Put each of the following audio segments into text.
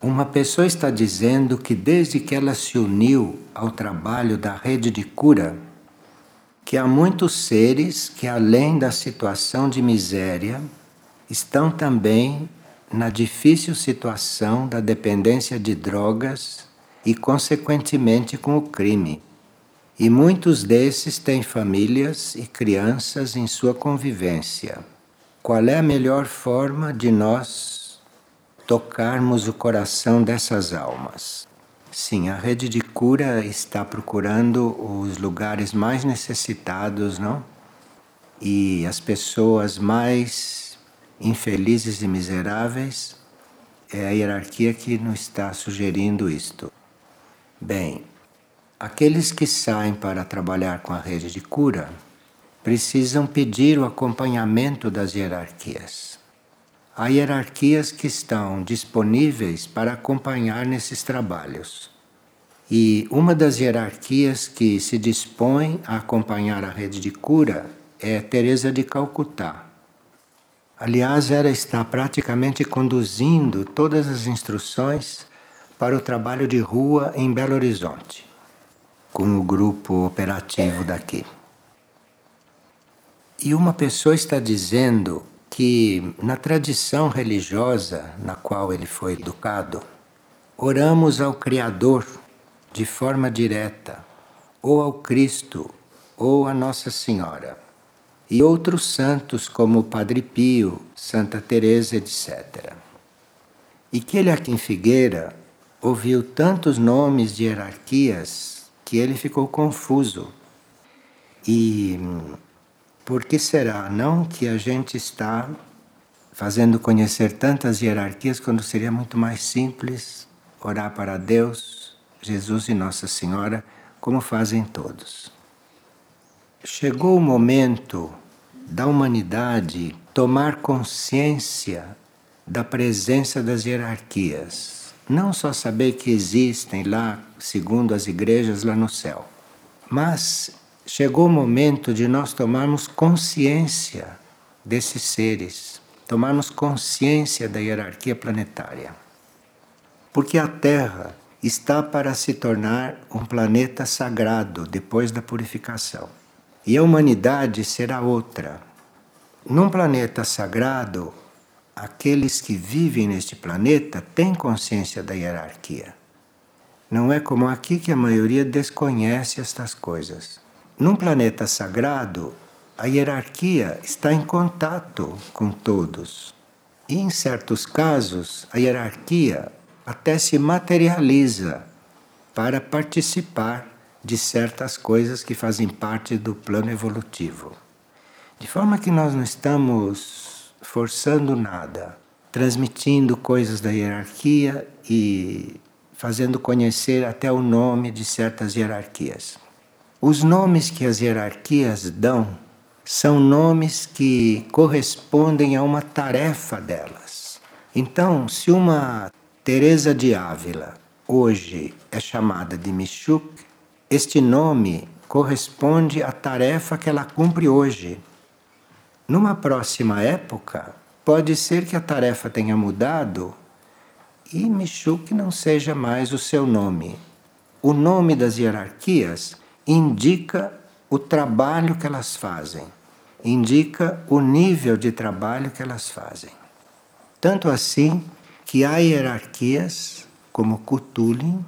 Uma pessoa está dizendo que desde que ela se uniu ao trabalho da rede de cura, que há muitos seres que, além da situação de miséria, estão também na difícil situação da dependência de drogas e, consequentemente, com o crime. E muitos desses têm famílias e crianças em sua convivência. Qual é a melhor forma de nós tocarmos o coração dessas almas? Sim, a rede de cura está procurando os lugares mais necessitados, não? E as pessoas mais infelizes e miseráveis. É a hierarquia que nos está sugerindo isto. Bem, aqueles que saem para trabalhar com a rede de cura precisam pedir o acompanhamento das hierarquias. Há hierarquias que estão disponíveis para acompanhar nesses trabalhos. E uma das hierarquias que se dispõe a acompanhar a rede de cura é Teresa de Calcutá. Aliás, ela está praticamente conduzindo todas as instruções para o trabalho de rua em Belo Horizonte, com o grupo operativo daqui. E uma pessoa está dizendo que na tradição religiosa na qual ele foi educado, oramos ao Criador de forma direta, ou ao Cristo, ou a Nossa Senhora, e outros santos como Padre Pio, Santa Teresa, etc. E que ele aqui em Figueira ouviu tantos nomes de hierarquias que ele ficou confuso. E por que será, não, que a gente está fazendo conhecer tantas hierarquias quando seria muito mais simples orar para Deus, Jesus e Nossa Senhora, como fazem todos? Chegou o momento da humanidade tomar consciência da presença das hierarquias. Não só saber que existem lá, segundo as igrejas, lá no céu, mas chegou o momento de nós tomarmos consciência desses seres, tomarmos consciência da hierarquia planetária. Porque a Terra está para se tornar um planeta sagrado depois da purificação. E a humanidade será outra. Num planeta sagrado, aqueles que vivem neste planeta têm consciência da hierarquia. Não é como aqui que a maioria desconhece estas coisas. Num planeta sagrado, a hierarquia está em contato com todos. E em certos casos, a hierarquia até se materializa para participar de certas coisas que fazem parte do plano evolutivo. De forma que nós não estamos forçando nada, transmitindo coisas da hierarquia e fazendo conhecer até o nome de certas hierarquias. Os nomes que as hierarquias dão são nomes que correspondem a uma tarefa delas. Então, se uma Teresa de Ávila hoje é chamada de Michuk, este nome corresponde à tarefa que ela cumpre hoje. Numa próxima época, pode ser que a tarefa tenha mudado e Michuk não seja mais o seu nome. O nome das hierarquias indica o trabalho que elas fazem, indica o nível de trabalho que elas fazem. Tanto assim que há hierarquias, como Cthulhu,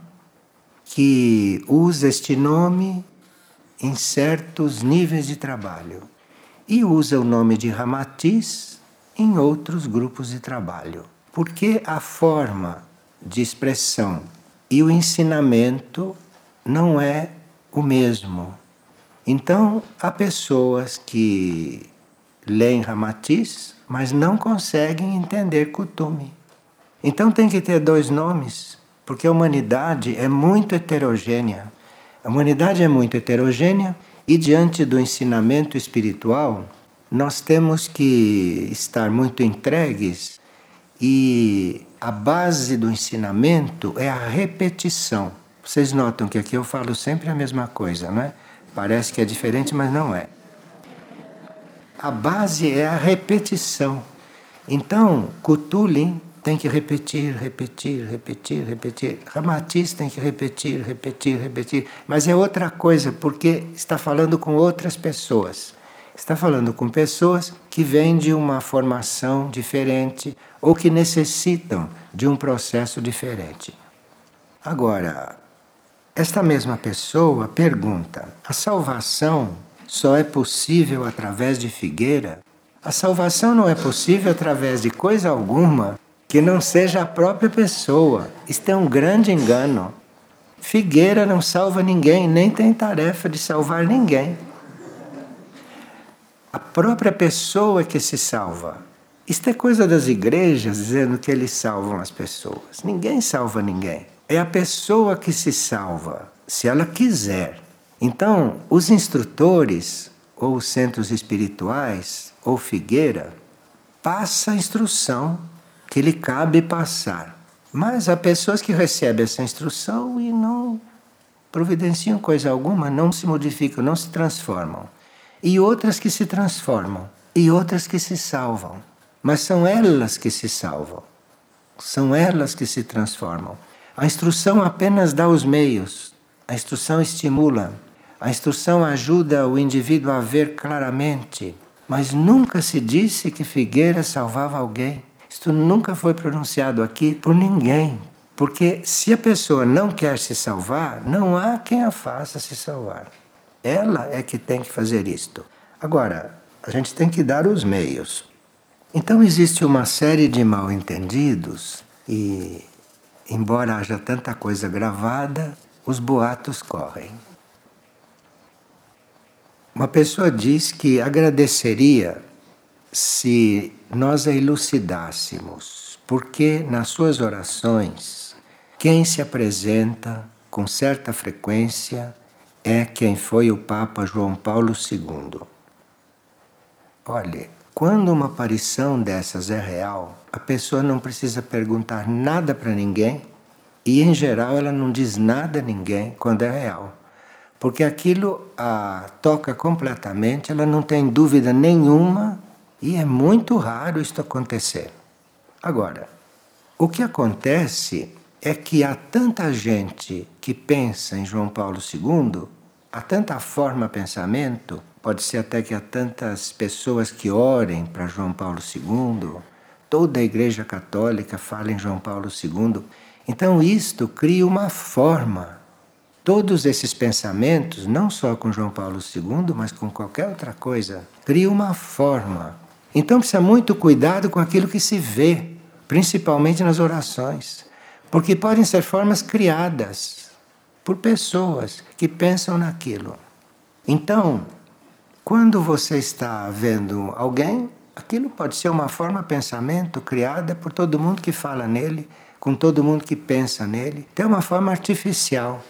que usa este nome em certos níveis de trabalho e usa o nome de Ramatiz em outros grupos de trabalho, porque a forma de expressão e o ensinamento não é o mesmo. Então, há pessoas que leem Ramatiz, mas não conseguem entender Kuthumi. Então tem que ter dois nomes, porque a humanidade é muito heterogênea. A humanidade é muito heterogênea e diante do ensinamento espiritual, nós temos que estar muito entregues e a base do ensinamento é a repetição. Vocês notam que aqui eu falo sempre a mesma coisa, não é? Parece que é diferente, mas não é. A base é a repetição. Então, Cthulhu tem que repetir, repetir, repetir, repetir. Ramatiz tem que repetir, repetir, repetir. Mas é outra coisa, porque está falando com outras pessoas. Está falando com pessoas que vêm de uma formação diferente ou que necessitam de um processo diferente. Agora, esta mesma pessoa pergunta: a salvação só é possível através de figueira? A salvação não é possível através de coisa alguma que não seja a própria pessoa. Isto é um grande engano. Figueira não salva ninguém, nem tem tarefa de salvar ninguém. A própria pessoa que se salva. Isto é coisa das igrejas dizendo que eles salvam as pessoas. Ninguém salva ninguém. É a pessoa que se salva, se ela quiser. Então, os instrutores, ou os centros espirituais, ou Figueira, passa a instrução que lhe cabe passar. Mas há pessoas que recebem essa instrução e não providenciam coisa alguma, não se modificam, não se transformam. E outras que se transformam, e outras que se salvam. Mas são elas que se salvam, são elas que se transformam. A instrução apenas dá os meios, a instrução estimula, a instrução ajuda o indivíduo a ver claramente. Mas nunca se disse que Figueira salvava alguém. Isto nunca foi pronunciado aqui por ninguém. Porque se a pessoa não quer se salvar, não há quem a faça se salvar. Ela é que tem que fazer isto. Agora, a gente tem que dar os meios. Então existe uma série de mal-entendidos e, embora haja tanta coisa gravada, os boatos correm. Uma pessoa diz que agradeceria se nós a elucidássemos, porque nas suas orações, quem se apresenta com certa frequência é quem foi o Papa João Paulo II. Olha, quando uma aparição dessas é real, a pessoa não precisa perguntar nada para ninguém e, em geral, ela não diz nada a ninguém quando é real. Porque aquilo a toca completamente, ela não tem dúvida nenhuma e é muito raro isto acontecer. Agora, o que acontece é que há tanta gente que pensa em João Paulo II, há tanta forma pensamento, pode ser até que há tantas pessoas que orem para João Paulo II, toda a Igreja Católica fala em João Paulo II. Então isto cria uma forma. Todos esses pensamentos, não só com João Paulo II, mas com qualquer outra coisa, cria uma forma. Então precisa muito cuidado com aquilo que se vê, principalmente nas orações, porque podem ser formas criadas por pessoas que pensam naquilo. Então, quando você está vendo alguém, aquilo pode ser uma forma de pensamento criada por todo mundo que fala nele, com todo mundo que pensa nele. Tem uma forma artificial.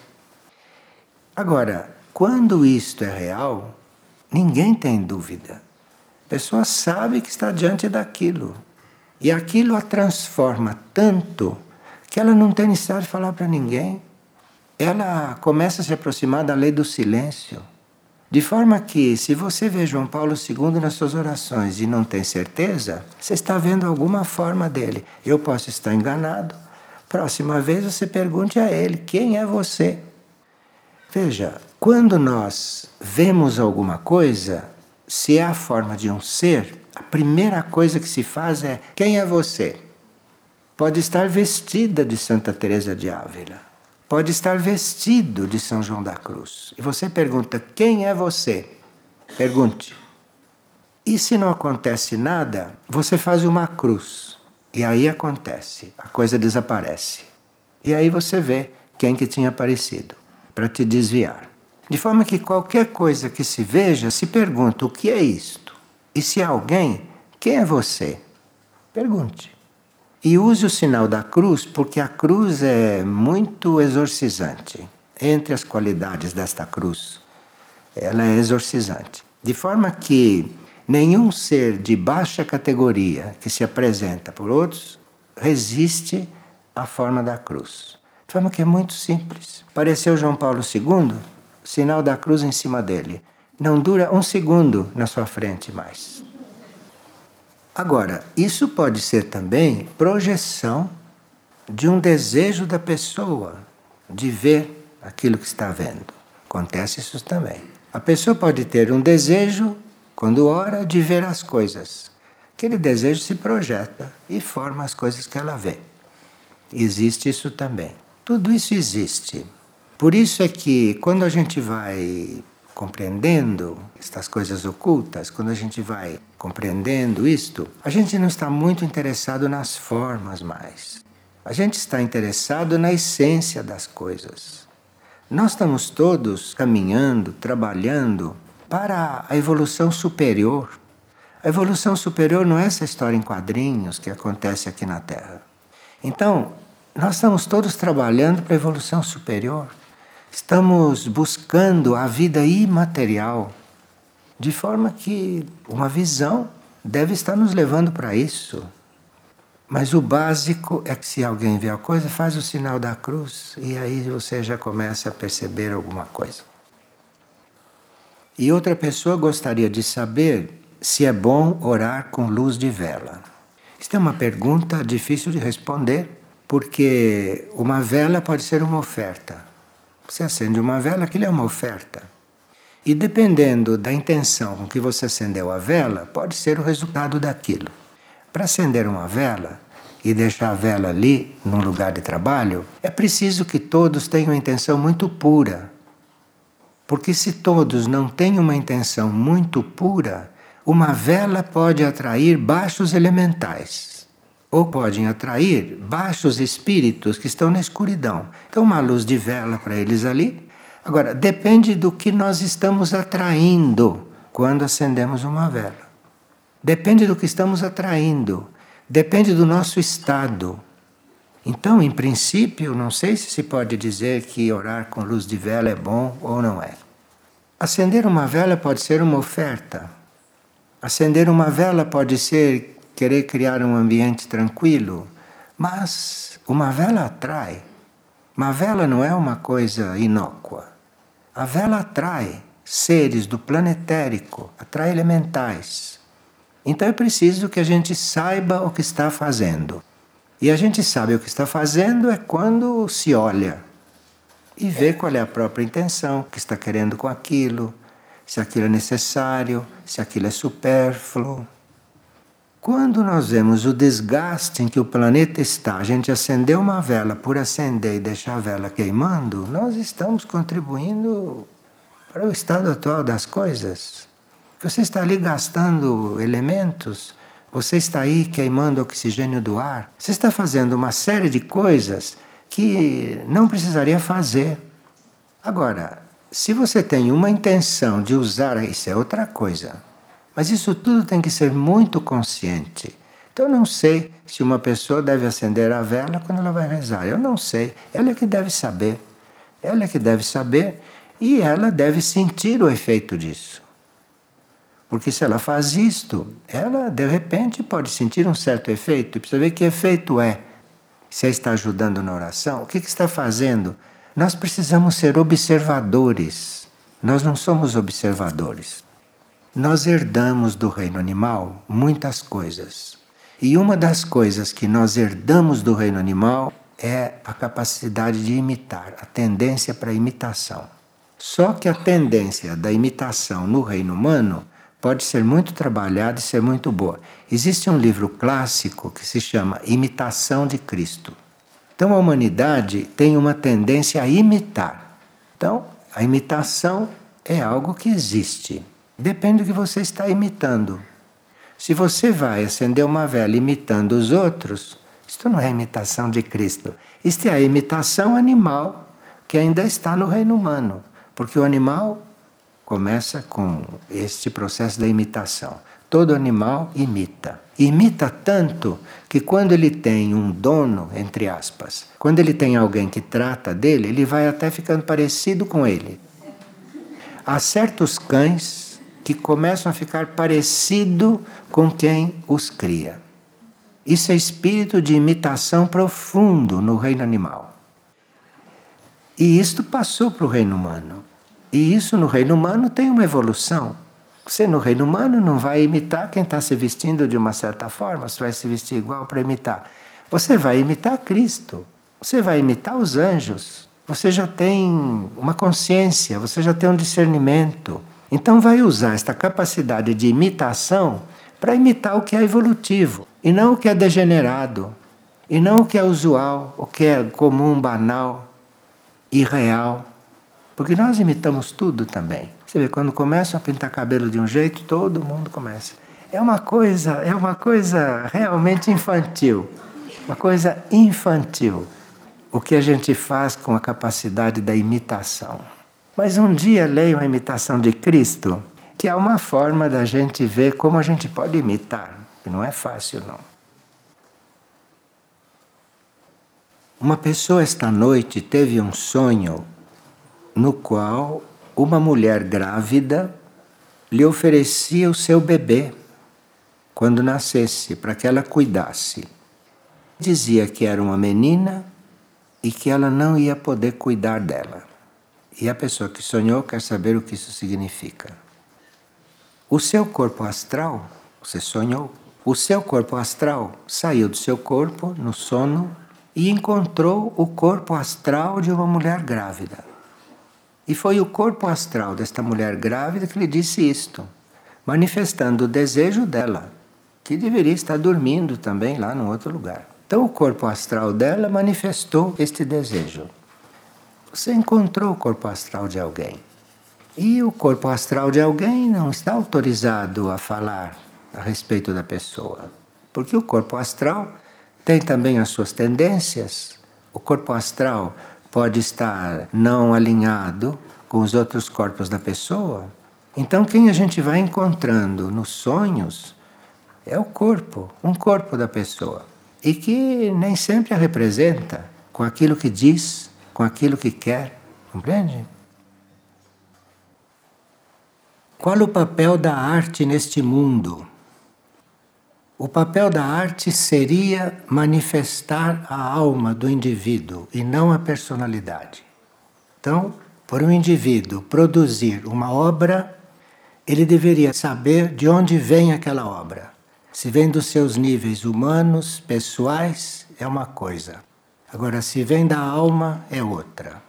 Agora, quando isto é real, ninguém tem dúvida. A pessoa sabe que está diante daquilo. E aquilo a transforma tanto que ela não tem necessidade de falar para ninguém. Ela começa a se aproximar da lei do silêncio. De forma que, se você vê João Paulo II nas suas orações e não tem certeza, você está vendo alguma forma dele. Eu posso estar enganado. Próxima vez você pergunte a ele: quem é você? Veja, quando nós vemos alguma coisa, se é a forma de um ser, a primeira coisa que se faz é: quem é você? Pode estar vestida de Santa Teresa de Ávila, pode estar vestido de São João da Cruz. E você pergunta: quem é você? Pergunte. E se não acontece nada, você faz uma cruz. E aí acontece, a coisa desaparece. E aí você vê quem que tinha aparecido, para te desviar. De forma que qualquer coisa que se veja, se pergunta: o que é isto? E se há alguém, quem é você? Pergunte. E use o sinal da cruz, porque a cruz é muito exorcizante. Entre as qualidades desta cruz, ela é exorcizante. De forma que nenhum ser de baixa categoria que se apresenta por outros resiste à forma da cruz. De forma que é muito simples. Apareceu João Paulo II, sinal da cruz em cima dele. Não dura um segundo na sua frente mais. Agora, isso pode ser também projeção de um desejo da pessoa de ver aquilo que está vendo. Acontece isso também. A pessoa pode ter um desejo, quando ora, de ver as coisas. Aquele desejo se projeta e forma as coisas que ela vê. Existe isso também. Tudo isso existe. Por isso é que quando a gente vai compreendendo estas coisas ocultas, quando a gente vai compreendendo isto, a gente não está muito interessado nas formas mais. A gente está interessado na essência das coisas. Nós estamos todos caminhando, trabalhando para a evolução superior. A evolução superior não é essa história em quadrinhos que acontece aqui na Terra. Então, nós estamos todos trabalhando para a evolução superior. Estamos buscando a vida imaterial, de forma que uma visão deve estar nos levando para isso. Mas o básico é que se alguém vê a coisa, faz o sinal da cruz e aí você já começa a perceber alguma coisa. E outra pessoa gostaria de saber se é bom orar com luz de vela. Isso é uma pergunta difícil de responder, porque uma vela pode ser uma oferta. Você acende uma vela, aquilo é uma oferta. E dependendo da intenção com que você acendeu a vela, pode ser o resultado daquilo. Para acender uma vela e deixar a vela ali, num lugar de trabalho, é preciso que todos tenham uma intenção muito pura. Porque se todos não têm uma intenção muito pura, uma vela pode atrair baixos elementais. Ou podem atrair baixos espíritos que estão na escuridão. Então, uma luz de vela para eles ali. Agora, depende do que nós estamos atraindo quando acendemos uma vela. Depende do que estamos atraindo. Depende do nosso estado. Então, em princípio, não sei se pode dizer que orar com luz de vela é bom ou não é. Acender uma vela pode ser uma oferta. Acender uma vela pode ser querer criar um ambiente tranquilo, mas uma vela atrai. Uma vela não é uma coisa inócua. A vela atrai seres do planetérico, atrai elementais. Então é preciso que a gente saiba o que está fazendo. E a gente sabe o que está fazendo é quando se olha e vê qual é a própria intenção, o que está querendo com aquilo, se aquilo é necessário, se aquilo é supérfluo. Quando nós vemos o desgaste em que o planeta está, a gente acendeu uma vela por acender e deixar a vela queimando, nós estamos contribuindo para o estado atual das coisas. Você está ali gastando elementos, você está aí queimando o oxigênio do ar, você está fazendo uma série de coisas que não precisaria fazer. Agora, se você tem uma intenção de usar, isso é outra coisa. Mas isso tudo tem que ser muito consciente. Então eu não sei se uma pessoa deve acender a vela quando ela vai rezar. Eu não sei. Ela é que deve saber. Ela é que deve saber e ela deve sentir o efeito disso. Porque se ela faz isto, ela de repente pode sentir um certo efeito. E precisa ver que efeito é. Se está ajudando na oração, o que está fazendo? Nós precisamos ser observadores. Nós não somos observadores. Nós herdamos do reino animal muitas coisas. E uma das coisas que nós herdamos do reino animal é a capacidade de imitar, a tendência para a imitação. Só que a tendência da imitação no reino humano pode ser muito trabalhada e ser muito boa. Existe um livro clássico que se chama Imitação de Cristo. Então a humanidade tem uma tendência a imitar. Então a imitação é algo que existe. Depende do que você está imitando. Se você vai acender uma vela imitando os outros, isto não é imitação de Cristo. Isto é a imitação animal que ainda está no reino humano. Porque o animal começa com este processo da imitação. Todo animal imita. Imita tanto que quando ele tem um dono, entre aspas, quando ele tem alguém que trata dele, ele vai até ficando parecido com ele. Há certos cães que começam a ficar parecido com quem os cria. Isso é espírito de imitação profundo no reino animal. E isto passou para o reino humano. E isso no reino humano tem uma evolução. Você no reino humano não vai imitar quem está se vestindo de uma certa forma, você vai se vestir igual para imitar. Você vai imitar Cristo, você vai imitar os anjos. Você já tem uma consciência, você já tem um discernimento. Então vai usar esta capacidade de imitação para imitar o que é evolutivo, e não o que é degenerado, e não o que é usual, o que é comum, banal, irreal. Porque nós imitamos tudo também. Você vê, quando começam a pintar cabelo de um jeito, todo mundo começa. É uma coisa realmente infantil. Uma coisa infantil. O que a gente faz com a capacidade da imitação. Mas um dia leio a imitação de Cristo, que é uma forma da gente ver como a gente pode imitar. Que não é fácil, não. Uma pessoa esta noite teve um sonho no qual uma mulher grávida lhe oferecia o seu bebê quando nascesse, para que ela cuidasse. Dizia que era uma menina e que ela não ia poder cuidar dela. E a pessoa que sonhou quer saber o que isso significa. O seu corpo astral, você sonhou, o seu corpo astral saiu do seu corpo no sono e encontrou o corpo astral de uma mulher grávida. E foi o corpo astral desta mulher grávida que lhe disse isto, manifestando o desejo dela, que deveria estar dormindo também lá num outro lugar. Então o corpo astral dela manifestou este desejo. Você encontrou o corpo astral de alguém. E o corpo astral de alguém não está autorizado a falar a respeito da pessoa. Porque o corpo astral tem também as suas tendências. O corpo astral pode estar não alinhado com os outros corpos da pessoa. Então quem a gente vai encontrando nos sonhos é o corpo, um corpo da pessoa. E que nem sempre a representa com aquilo que diz, com aquilo que quer. Compreende? Qual o papel da arte neste mundo? O papel da arte seria manifestar a alma do indivíduo e não a personalidade. Então, por um indivíduo produzir uma obra, ele deveria saber de onde vem aquela obra. Se vem dos seus níveis humanos, pessoais, é uma coisa. Agora, se vem da alma, é outra.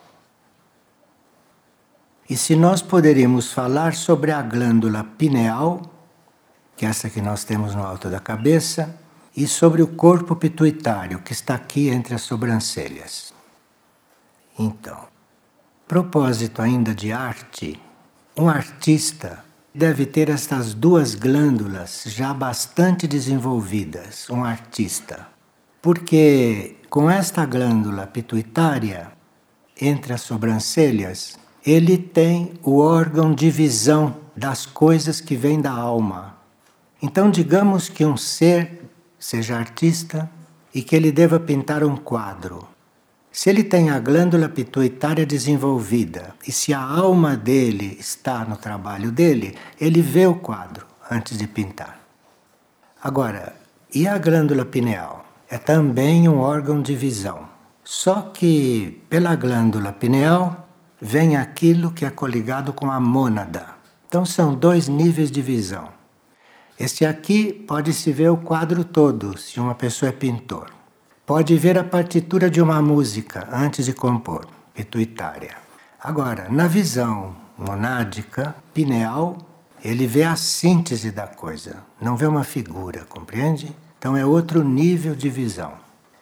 E se nós poderíamos falar sobre a glândula pineal, que é essa que nós temos no alto da cabeça, e sobre o corpo pituitário, que está aqui entre as sobrancelhas. Então, propósito ainda de arte, um artista deve ter estas duas glândulas já bastante desenvolvidas, um artista. Porque com esta glândula pituitária, entre as sobrancelhas, ele tem o órgão de visão das coisas que vêm da alma. Então, digamos que um ser seja artista e que ele deva pintar um quadro. Se ele tem a glândula pituitária desenvolvida e se a alma dele está no trabalho dele, ele vê o quadro antes de pintar. Agora, e a glândula pineal? É também um órgão de visão. Só que pela glândula pineal vem aquilo que é coligado com a mônada. Então são dois níveis de visão. Este aqui pode-se ver o quadro todo, se uma pessoa é pintor. Pode ver a partitura de uma música antes de compor, pituitária. Agora, na visão monádica, pineal, ele vê a síntese da coisa, não vê uma figura, compreende? Então é outro nível de visão.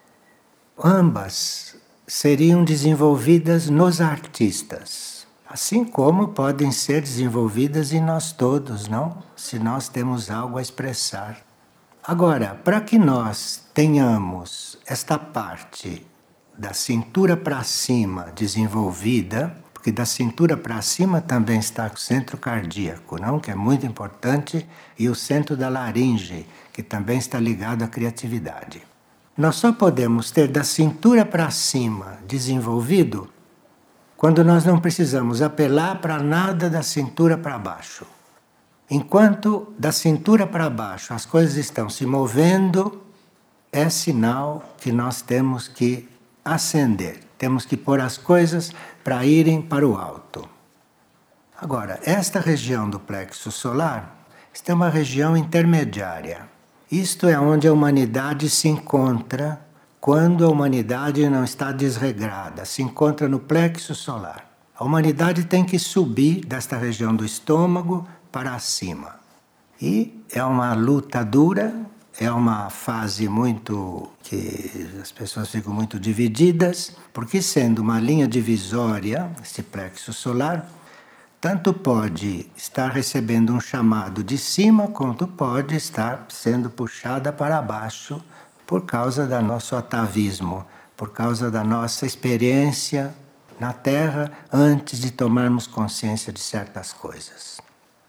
Ambas seriam desenvolvidas nos artistas. Assim como podem ser desenvolvidas em nós todos, não? Se nós temos algo a expressar. Agora, para que nós tenhamos esta parte da cintura para cima desenvolvida, porque da cintura para cima também está o centro cardíaco, não? Que é muito importante, e o centro da laringe, que também está ligado à criatividade. Nós só podemos ter da cintura para cima desenvolvido quando nós não precisamos apelar para nada da cintura para baixo. Enquanto da cintura para baixo as coisas estão se movendo, é sinal que nós temos que ascender, temos que pôr as coisas para irem para o alto. Agora, esta região do plexo solar está uma região intermediária. Isto é onde a humanidade se encontra quando a humanidade não está desregrada, se encontra no plexo solar. A humanidade tem que subir desta região do estômago para cima. E é uma luta dura, é uma fase muito que as pessoas ficam muito divididas, porque sendo uma linha divisória, esse plexo solar, tanto pode estar recebendo um chamado de cima, quanto pode estar sendo puxada para baixo por causa do nosso atavismo, por causa da nossa experiência na Terra antes de tomarmos consciência de certas coisas.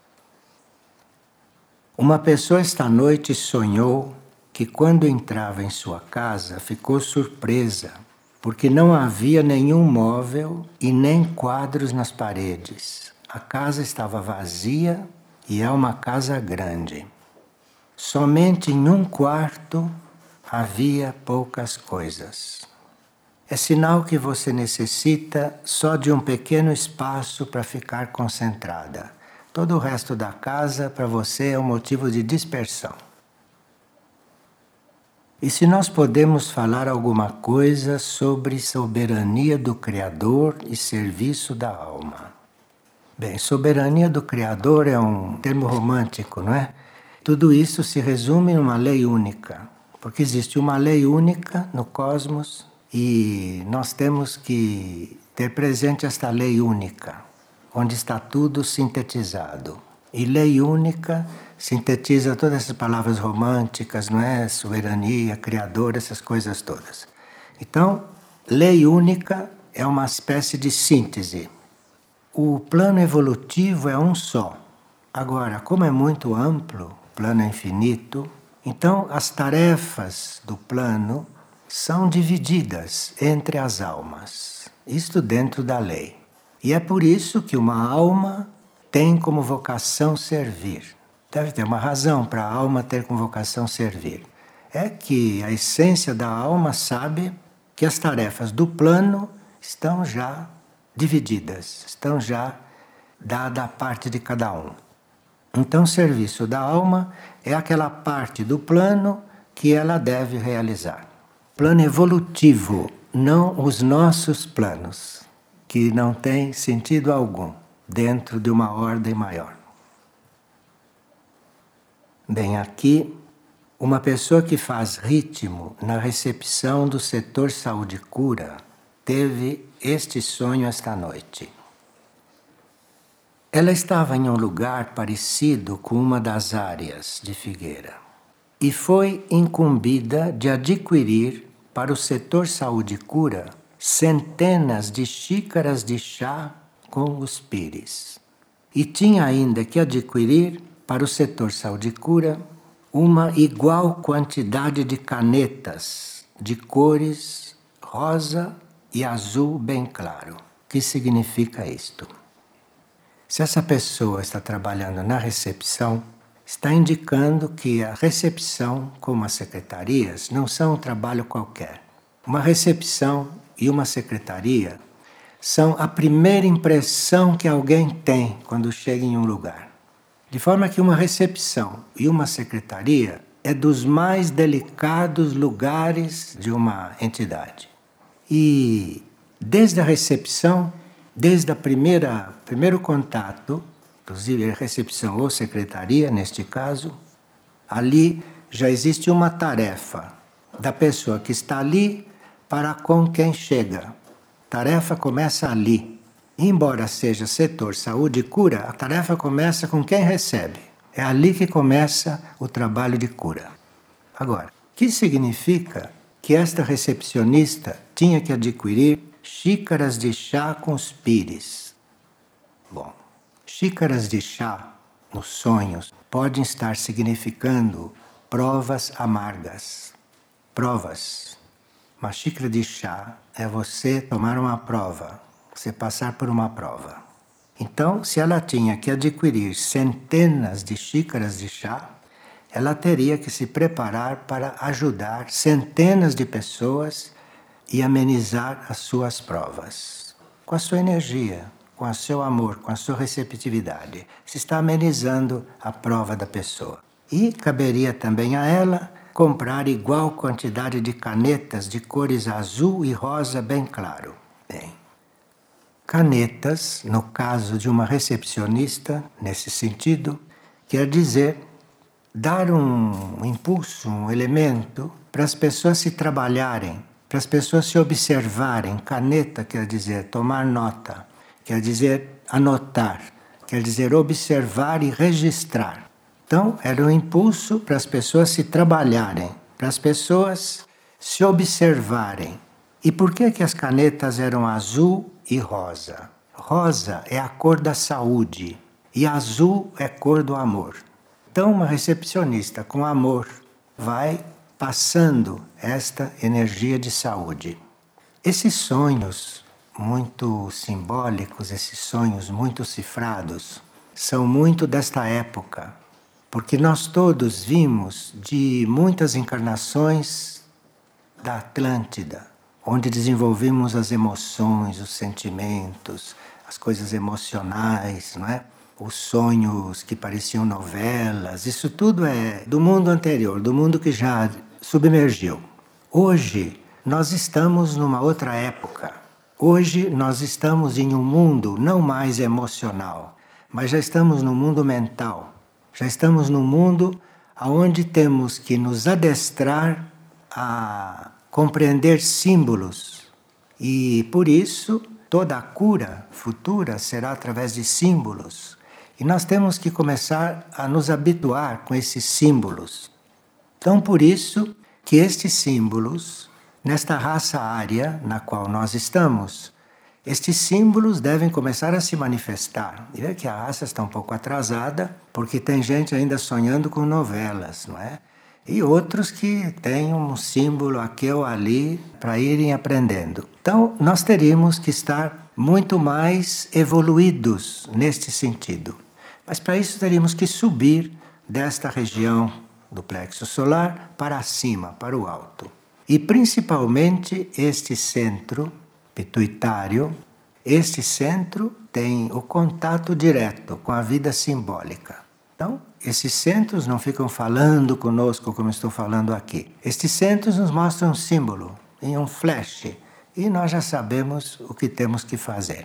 Uma pessoa esta noite sonhou que quando entrava em sua casa ficou surpresa, porque não havia nenhum móvel e nem quadros nas paredes. A casa estava vazia e é uma casa grande. Somente em um quarto havia poucas coisas. É sinal que você necessita só de um pequeno espaço para ficar concentrada. Todo o resto da casa para você é um motivo de dispersão. E se nós podemos falar alguma coisa sobre soberania do Criador e serviço da alma? Bem, soberania do Criador é um termo romântico, não é? Tudo isso se resume em uma lei única, porque existe uma lei única no cosmos e nós temos que ter presente esta lei única, onde está tudo sintetizado. E lei única sintetiza todas essas palavras românticas, não é? Soberania, Criador, essas coisas todas. Então, lei única é uma espécie de síntese. O plano evolutivo é um só. Agora, como é muito amplo, o plano é infinito, então as tarefas do plano são divididas entre as almas. Isto dentro da lei. E é por isso que uma alma tem como vocação servir. Deve ter uma razão para a alma ter como vocação servir. É que a essência da alma sabe que as tarefas do plano estão já divididas, estão já dada a parte de cada um. Então o serviço da alma é aquela parte do plano que ela deve realizar. Plano evolutivo, não os nossos planos, que não tem sentido algum dentro de uma ordem maior. Bem, aqui, uma pessoa que faz ritmo na recepção do setor saúde e cura teve este sonho esta noite. Ela estava em um lugar parecido com uma das áreas de Figueira e foi incumbida de adquirir para o setor saúde e cura centenas de xícaras de chá com os pires. E tinha ainda que adquirir para o setor saúde e cura uma igual quantidade de canetas de cores rosa e azul bem claro. O que significa isto? Se essa pessoa está trabalhando na recepção, está indicando que a recepção, como as secretarias, não são um trabalho qualquer. Uma recepção e uma secretaria são a primeira impressão que alguém tem quando chega em um lugar. De forma que uma recepção e uma secretaria é dos mais delicados lugares de uma entidade. E desde a recepção, desde o primeiro contato, inclusive a recepção ou secretaria, neste caso, ali já existe uma tarefa da pessoa que está ali para com quem chega. A tarefa começa ali. Embora seja setor saúde e cura, a tarefa começa com quem recebe. É ali que começa o trabalho de cura. Agora, o que significa que esta recepcionista tinha que adquirir xícaras de chá com os pires? Bom, xícaras de chá nos sonhos podem estar significando provas amargas. Provas. Uma xícara de chá é você tomar uma prova, você passar por uma prova. Então, se ela tinha que adquirir centenas de xícaras de chá, ela teria que se preparar para ajudar centenas de pessoas e amenizar as suas provas. Com a sua energia, com o seu amor, com a sua receptividade, se está amenizando a prova da pessoa. E caberia também a ela comprar igual quantidade de canetas de cores azul e rosa bem claro. Bem, canetas, no caso de uma recepcionista, nesse sentido, quer dizer dar um impulso, um elemento para as pessoas se trabalharem, para as pessoas se observarem. Caneta quer dizer tomar nota, quer dizer anotar, quer dizer observar e registrar. Então, era um impulso para as pessoas se trabalharem, para as pessoas se observarem. E por que as canetas eram azul e rosa? Rosa é a cor da saúde e azul é a cor do amor. Então, uma recepcionista com amor vai passando esta energia de saúde. Esses sonhos muito simbólicos, esses sonhos muito cifrados, são muito desta época, porque nós todos vimos de muitas encarnações da Atlântida, onde desenvolvimos as emoções, os sentimentos, as coisas emocionais, não é? Os sonhos que pareciam novelas, isso tudo é do mundo anterior, do mundo que já submergiu. Hoje nós estamos numa outra época. Hoje nós estamos em um mundo não mais emocional, mas já estamos no mundo mental. Já estamos num mundo onde temos que nos adestrar a compreender símbolos. E por isso toda a cura futura será através de símbolos. E nós temos que começar a nos habituar com esses símbolos. Então por isso que estes símbolos, nesta raça ária na qual nós estamos, estes símbolos devem começar a se manifestar. E é que a raça está um pouco atrasada, porque tem gente ainda sonhando com novelas, não é? E outros que têm um símbolo aqui ou ali para irem aprendendo. Então, nós teríamos que estar muito mais evoluídos neste sentido. Mas para isso teríamos que subir desta região do plexo solar para cima, para o alto. E principalmente este centro pituitário, este centro tem o contato direto com a vida simbólica. Então, esses centros não ficam falando conosco como estou falando aqui. Estes centros nos mostram um símbolo, em um flash, e nós já sabemos o que temos que fazer.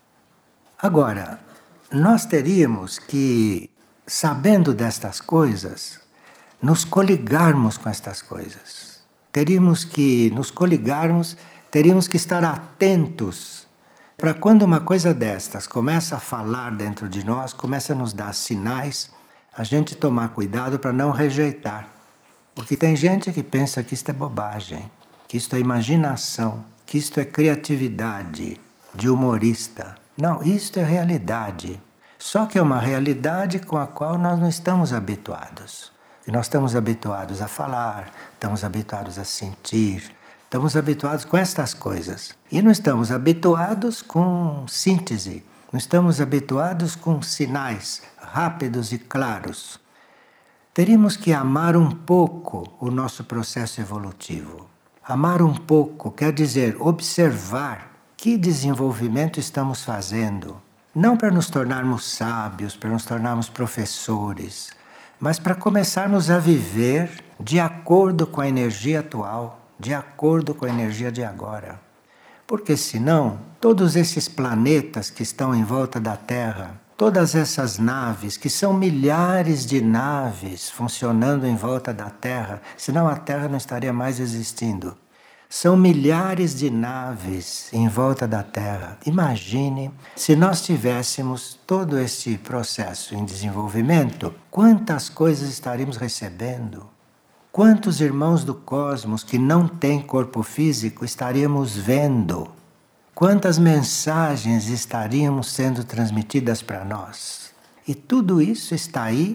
Agora, nós teríamos que, sabendo destas coisas, nos coligarmos com estas coisas. Teríamos que nos coligarmos, teríamos que estar atentos para quando uma coisa destas começa a falar dentro de nós, começa a nos dar sinais, a gente tomar cuidado para não rejeitar. Porque tem gente que pensa que isto é bobagem, que isto é imaginação, que isto é criatividade de humorista. Não, isto é realidade. Só que é uma realidade com a qual nós não estamos habituados. E nós estamos habituados a falar, estamos habituados a sentir, estamos habituados com estas coisas. E não estamos habituados com síntese, não estamos habituados com sinais rápidos e claros. Teríamos que amar um pouco o nosso processo evolutivo. Amar um pouco quer dizer observar que desenvolvimento estamos fazendo. Não para nos tornarmos sábios, para nos tornarmos professores, mas para começarmos a viver de acordo com a energia atual, de acordo com a energia de agora. Porque senão, todos esses planetas que estão em volta da Terra, todas essas naves, que são milhares de naves funcionando em volta da Terra, senão a Terra não estaria mais existindo. São milhares de naves em volta da Terra. Imagine se nós tivéssemos todo este processo em desenvolvimento, quantas coisas estaríamos recebendo? Quantos irmãos do cosmos que não têm corpo físico estaríamos vendo? Quantas mensagens estariam sendo transmitidas para nós? E tudo isso está aí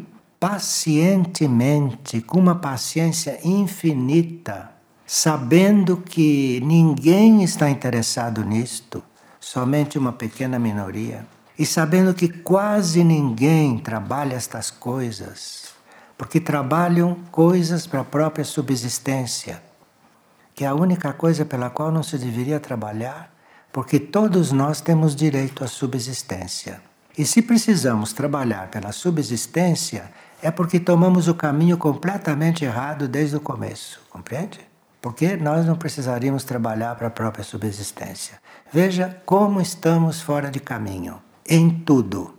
pacientemente, com uma paciência infinita, sabendo que ninguém está interessado nisto, somente uma pequena minoria, e sabendo que quase ninguém trabalha estas coisas, porque trabalham coisas para a própria subsistência, que é a única coisa pela qual não se deveria trabalhar. porque todos nós temos direito à subsistência. E se precisamos trabalhar pela subsistência, é porque tomamos o caminho completamente errado desde o começo, compreende? Porque nós não precisaríamos trabalhar para a própria subsistência. Veja como estamos fora de caminho, em tudo.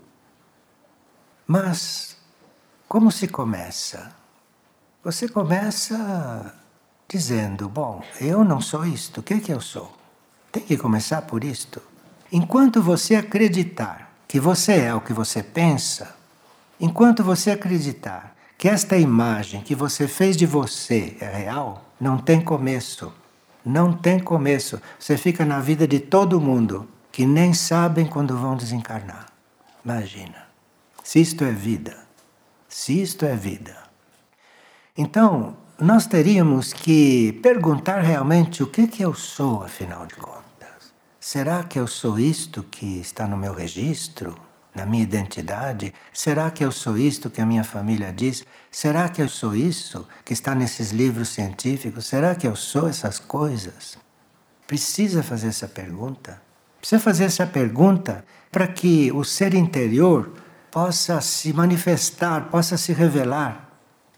Mas, como se começa? Você começa dizendo, bom, eu não sou isto, o que é que eu sou? Tem que começar por isto. Enquanto você acreditar que você é o que você pensa, enquanto você acreditar que esta imagem que você fez de você é real, não tem começo. Não tem começo. Você fica na vida de todo mundo que nem sabem quando vão desencarnar. Imagina. Se isto é vida. Se isto é vida. Então, nós teríamos que perguntar realmente o que eu sou, afinal de contas. Será que eu sou isto que está no meu registro? Na minha identidade? Será que eu sou isto que a minha família diz? Será que eu sou isso que está nesses livros científicos? Será que eu sou essas coisas? Precisa fazer essa pergunta. Precisa fazer essa pergunta para que o ser interior possa se manifestar, possa se revelar.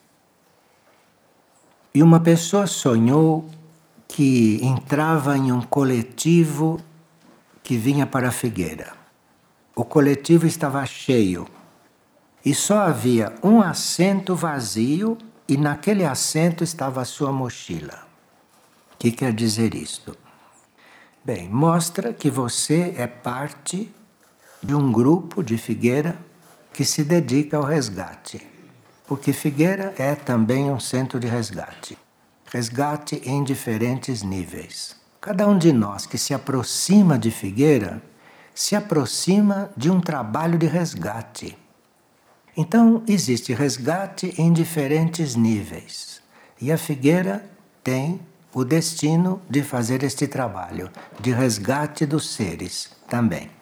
E uma pessoa sonhou que entrava em um coletivo que vinha para a Figueira. O coletivo estava cheio e só havia um assento vazio e naquele assento estava a sua mochila. O que quer dizer isto? Bem, mostra que você é parte de um grupo de Figueira que se dedica ao resgate. Porque Figueira é também um centro de resgate. Resgate em diferentes níveis. Cada um de nós que se aproxima de Figueira se aproxima de um trabalho de resgate. Então, existe resgate em diferentes níveis. E a Figueira tem o destino de fazer este trabalho de resgate dos seres também.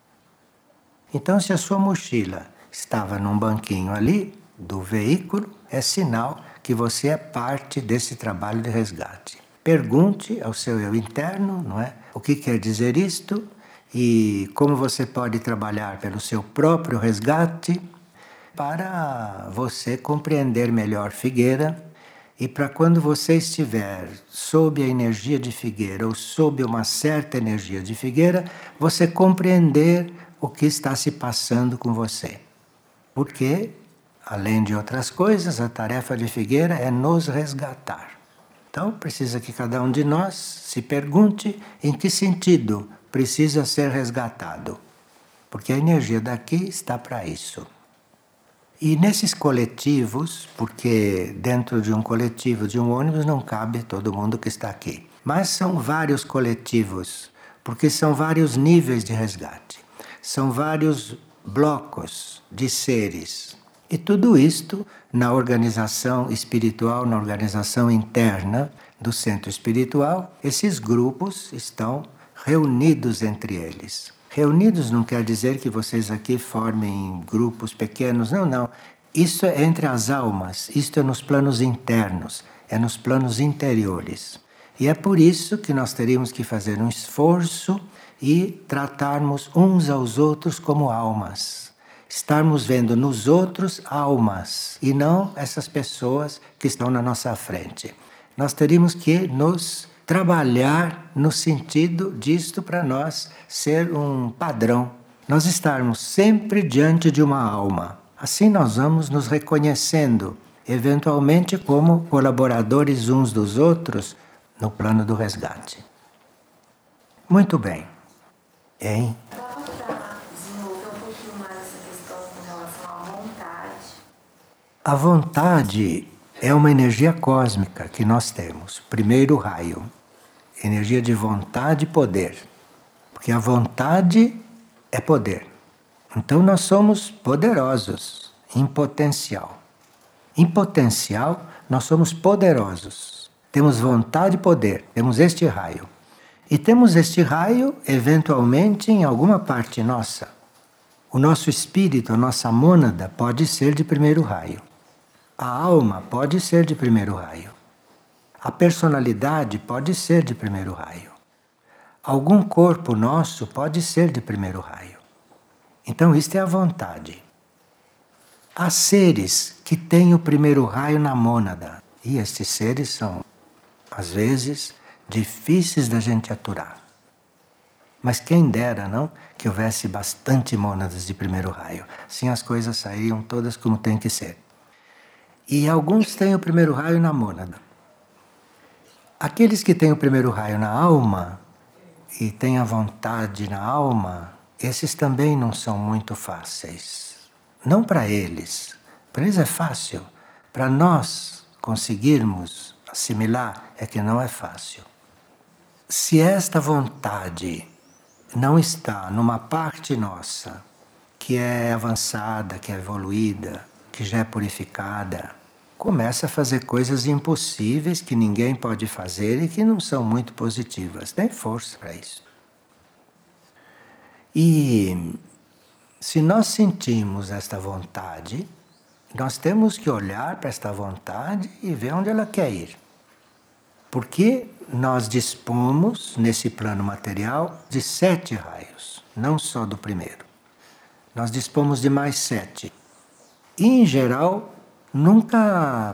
Então, se a sua mochila estava num banquinho ali do veículo, é sinal que você é parte desse trabalho de resgate. Pergunte ao seu eu interno, não é? O que quer dizer isto? E como você pode trabalhar pelo seu próprio resgate para você compreender melhor Figueira e para quando você estiver sob a energia de Figueira ou sob uma certa energia de Figueira, você compreender o que está se passando com você. Porque, além de outras coisas, a tarefa de Figueira é nos resgatar. Então, precisa que cada um de nós se pergunte em que sentido precisa ser resgatado, porque a energia daqui está para isso. E nesses coletivos, porque dentro de um coletivo, de um ônibus, não cabe todo mundo que está aqui, mas são vários coletivos, porque são vários níveis de resgate, são vários blocos de seres. E tudo isto na organização espiritual, na organização interna do centro espiritual, esses grupos estão reunidos entre eles. Reunidos não quer dizer que vocês aqui formem grupos pequenos, não, não. Isso é entre as almas, isto é nos planos internos, é nos planos interiores. E é por isso que nós teríamos que fazer um esforço e tratarmos uns aos outros como almas. Estarmos vendo nos outros almas e não essas pessoas que estão na nossa frente. Nós teríamos que nos trabalhar no sentido disto para nós ser um padrão. Nós estarmos sempre diante de uma alma. Assim nós vamos nos reconhecendo, eventualmente como colaboradores uns dos outros no plano do resgate. Muito bem. Hein? Dá para desenvolver um pouquinho mais essa questão com relação à vontade? A vontade é uma energia cósmica que nós temos. Primeiro raio. Energia de vontade e poder. Porque a vontade é poder. Então nós somos poderosos em potencial. Em potencial, nós somos poderosos. Temos vontade e poder. Temos este raio. E temos este raio, eventualmente, em alguma parte nossa. O nosso espírito, a nossa mônada, pode ser de primeiro raio. A alma pode ser de primeiro raio. A personalidade pode ser de primeiro raio. Algum corpo nosso pode ser de primeiro raio. Então, isto é a vontade. Há seres que têm o primeiro raio na mônada. E estes seres são, às vezes, difíceis da gente aturar. Mas quem dera, não? Que houvesse bastante mônadas de primeiro raio. Assim as coisas sairiam todas como tem que ser. E alguns têm o primeiro raio na mônada. Aqueles que têm o primeiro raio na alma e têm a vontade na alma, esses também não são muito fáceis. Não para eles é fácil. Para nós conseguirmos assimilar é que não é fácil. Se esta vontade não está numa parte nossa que é avançada, que é evoluída, que já é purificada, começa a fazer coisas impossíveis que ninguém pode fazer e que não são muito positivas. Tem força para isso. E se nós sentimos esta vontade, nós temos que olhar para esta vontade e ver onde ela quer ir. Porque nós dispomos, nesse plano material, de 7 raios, não só do primeiro. Nós dispomos de mais 7. E, em geral, nunca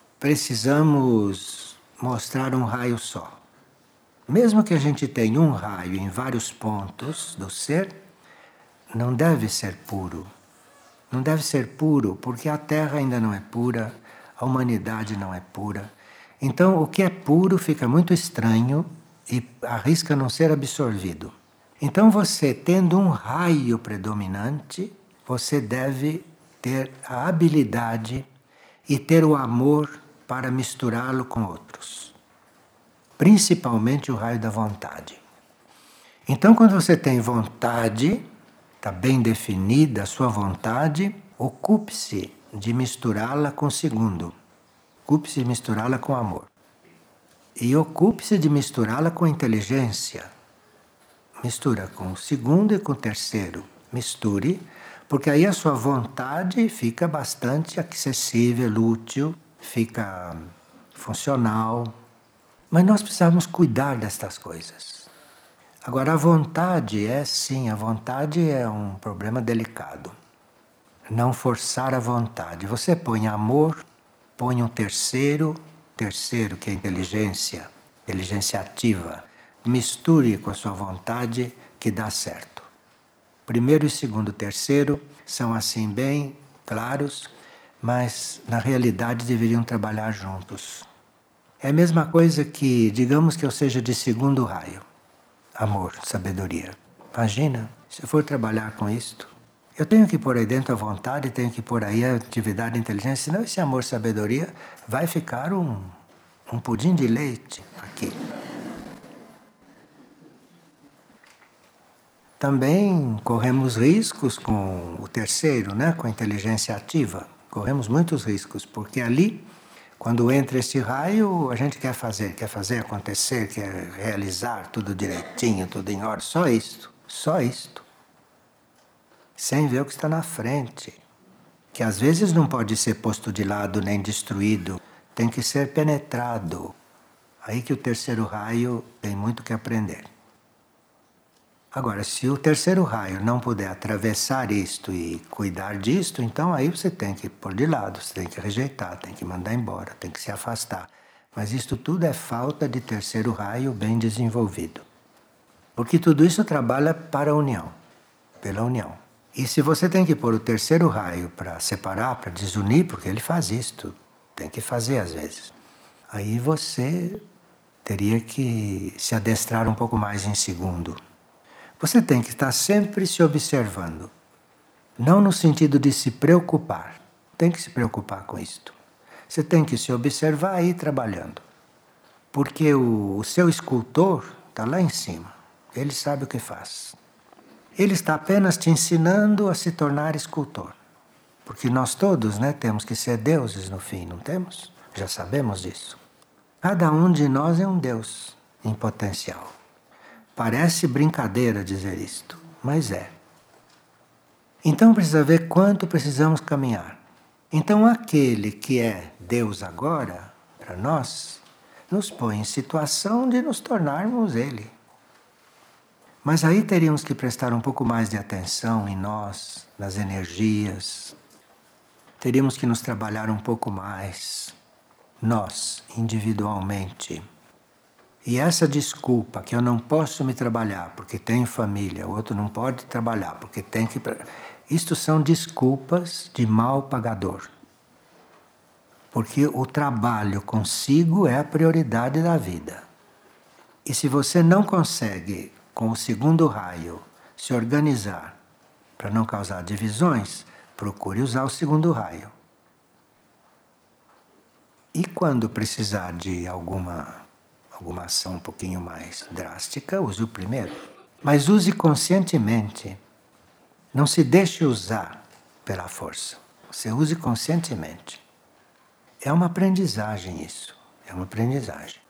precisamos mostrar um raio só. Mesmo que a gente tenha um raio em vários pontos do ser, não deve ser puro. Não deve ser puro porque a Terra ainda não é pura, a humanidade não é pura. Então, o que é puro fica muito estranho e arrisca não ser absorvido. Então, você tendo um raio predominante, você deve ter a habilidade e ter o amor para misturá-lo com outros. Principalmente o raio da vontade. Então, quando você tem vontade, está bem definida a sua vontade, ocupe-se de misturá-la com o segundo. Ocupe-se de misturá-la com amor. E ocupe-se de misturá-la com inteligência. Mistura com o segundo e com o terceiro. Misture, porque aí a sua vontade fica bastante acessível, útil, fica funcional. Mas nós precisamos cuidar destas coisas. Agora, a vontade a vontade é um problema delicado. Não forçar a vontade. Você põe amor, põe um terceiro que é inteligência ativa, misture com a sua vontade que dá certo. Primeiro e segundo, terceiro são assim bem claros, mas na realidade deveriam trabalhar juntos. É a mesma coisa que, digamos que eu seja de segundo raio, amor, sabedoria. Imagina, se eu for trabalhar com isto, eu tenho que pôr aí dentro a vontade, tenho que pôr aí a atividade e inteligência, senão esse amor, sabedoria, vai ficar um pudim de leite aqui. Também corremos riscos com o terceiro, né? Com a inteligência ativa. Corremos muitos riscos, porque ali, quando entra esse raio, a gente quer fazer acontecer, quer realizar tudo direitinho, tudo em ordem. Só isto. Sem ver o que está na frente. Que às vezes não pode ser posto de lado nem destruído, tem que ser penetrado. Aí que o terceiro raio tem muito que aprender. Agora, se o terceiro raio não puder atravessar isto e cuidar disto, então aí você tem que pôr de lado, você tem que rejeitar, tem que mandar embora, tem que se afastar. Mas isto tudo é falta de terceiro raio bem desenvolvido. Porque tudo isso trabalha para a união, pela união. E se você tem que pôr o terceiro raio para separar, para desunir, porque ele faz isto, tem que fazer às vezes. Aí você teria que se adestrar um pouco mais em segundo. Você tem que estar sempre se observando. Não no sentido de se preocupar. Tem que se preocupar com isto. Você tem que se observar e ir trabalhando. Porque o seu escultor está lá em cima. Ele sabe o que faz. Ele está apenas te ensinando a se tornar escultor. Porque nós todos, né, temos que ser deuses no fim, não temos? Já sabemos disso. Cada um de nós é um deus em potencial. Parece brincadeira dizer isto, mas é. Então precisa ver quanto precisamos caminhar. Então aquele que é Deus agora, para nós, nos põe em situação de nos tornarmos Ele. Mas aí teríamos que prestar um pouco mais de atenção em nós, nas energias. Teríamos que nos trabalhar um pouco mais, nós, individualmente. E essa desculpa que eu não posso me trabalhar porque tenho família, o outro não pode trabalhar porque tem que... Isto são desculpas de mal pagador. Porque o trabalho consigo é a prioridade da vida. E se você não consegue, com o segundo raio, se organizar para não causar divisões, procure usar o segundo raio. E quando precisar de alguma ação um pouquinho mais drástica, use o primeiro. Mas use conscientemente. Não se deixe usar pela força. Você use conscientemente. É uma aprendizagem isso. É uma aprendizagem.